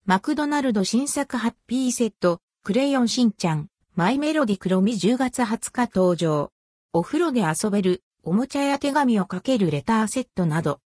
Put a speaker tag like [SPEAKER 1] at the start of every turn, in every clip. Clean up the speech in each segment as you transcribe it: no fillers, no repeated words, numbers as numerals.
[SPEAKER 1] マクドナルド新作ハッピーセット、クレヨンしんちゃん、マイメロディクロミ10月20日登場。お風呂で遊べる、おもちゃや手紙をかけるレターセットなど。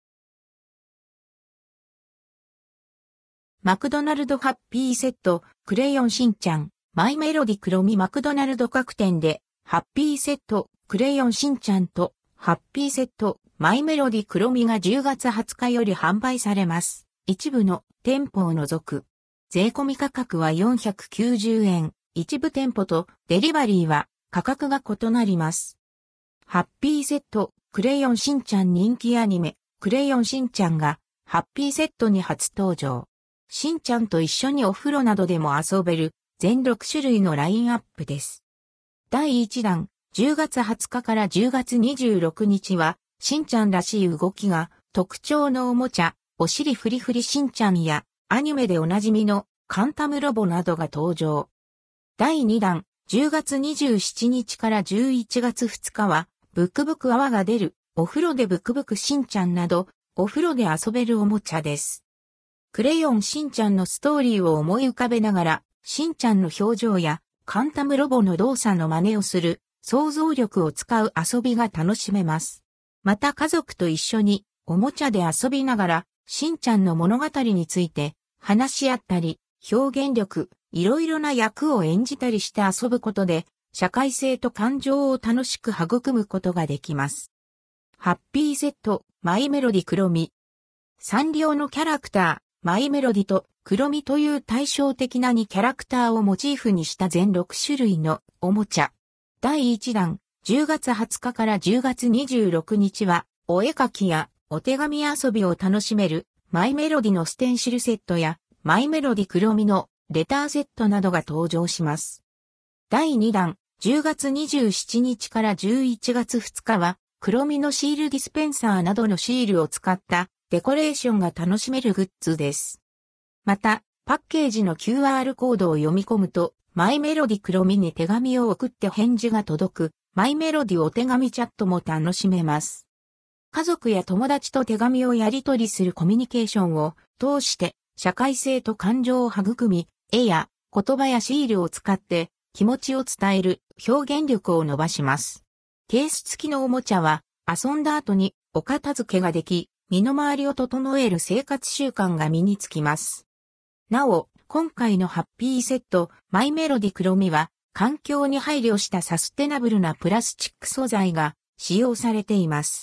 [SPEAKER 1] マクドナルドハッピーセット、クレヨンしんちゃん、マイメロディクロミマクドナルド各店で、ハッピーセット、クレヨンしんちゃんと、ハッピーセット、マイメロディクロミが10月20日より販売されます。一部の店舗を除く。税込み価格は490円。一部店舗とデリバリーは価格が異なります。ハッピーセット、クレヨンしんちゃん人気アニメ、クレヨンしんちゃんがハッピーセットに初登場。しんちゃんと一緒にお風呂などでも遊べる全6種類のラインアップです。第1弾、10月20日から10月26日は、しんちゃんらしい動きが特徴のおもちゃ、おしりフリフリしんちゃんや、アニメでおなじみのカンタムロボなどが登場。第2弾、10月27日から11月2日は、ブクブク泡が出る、お風呂でブクブクしんちゃんなど、お風呂で遊べるおもちゃです。クレヨンしんちゃんのストーリーを思い浮かべながら、しんちゃんの表情や、カンタムロボの動作の真似をする、想像力を使う遊びが楽しめます。また家族と一緒に、おもちゃで遊びながら、しんちゃんの物語について、話し合ったり、表現力、いろいろな役を演じたりして遊ぶことで、社会性と感情を楽しく育むことができます。ハッピーセット、マイメロディクロミ。サンリオのキャラクター、マイメロディとクロミという対照的な2キャラクターをモチーフにした全6種類のおもちゃ。第1弾、10月20日から10月26日は、お絵描きやお手紙遊びを楽しめるマイメロディのステンシルセットやマイメロディクロミのレターセットなどが登場します。第2弾、10月27日から11月2日は、クロミのシールディスペンサーなどのシールを使ったデコレーションが楽しめるグッズです。また、パッケージの QR コードを読み込むと、マイメロディクロミに手紙を送って返事が届く、マイメロディお手紙チャットも楽しめます。家族や友達と手紙をやり取りするコミュニケーションを通して、社会性と感情を育み、絵や言葉やシールを使って気持ちを伝える表現力を伸ばします。ケース付きのおもちゃは遊んだ後にお片付けができ、身の回りを整える生活習慣が身につきます。なお、今回のハッピーセット、マイメロディクロミは環境に配慮したサステナブルなプラスチック素材が使用されています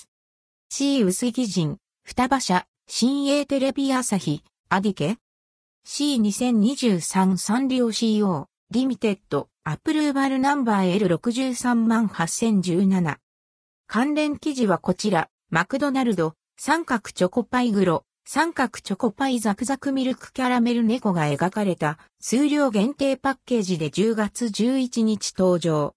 [SPEAKER 1] 。C 薄木人、双葉社、新鋭テレビ朝日、アディケ C2023 サンリオ CO リミテッドアプルーバルナンバー L638,017 関連記事はこちらマクドナルド三角チョコパイグロ三角チョコパイザクザクミルクキャラメル猫が描かれた数量限定パッケージで10月11日登場。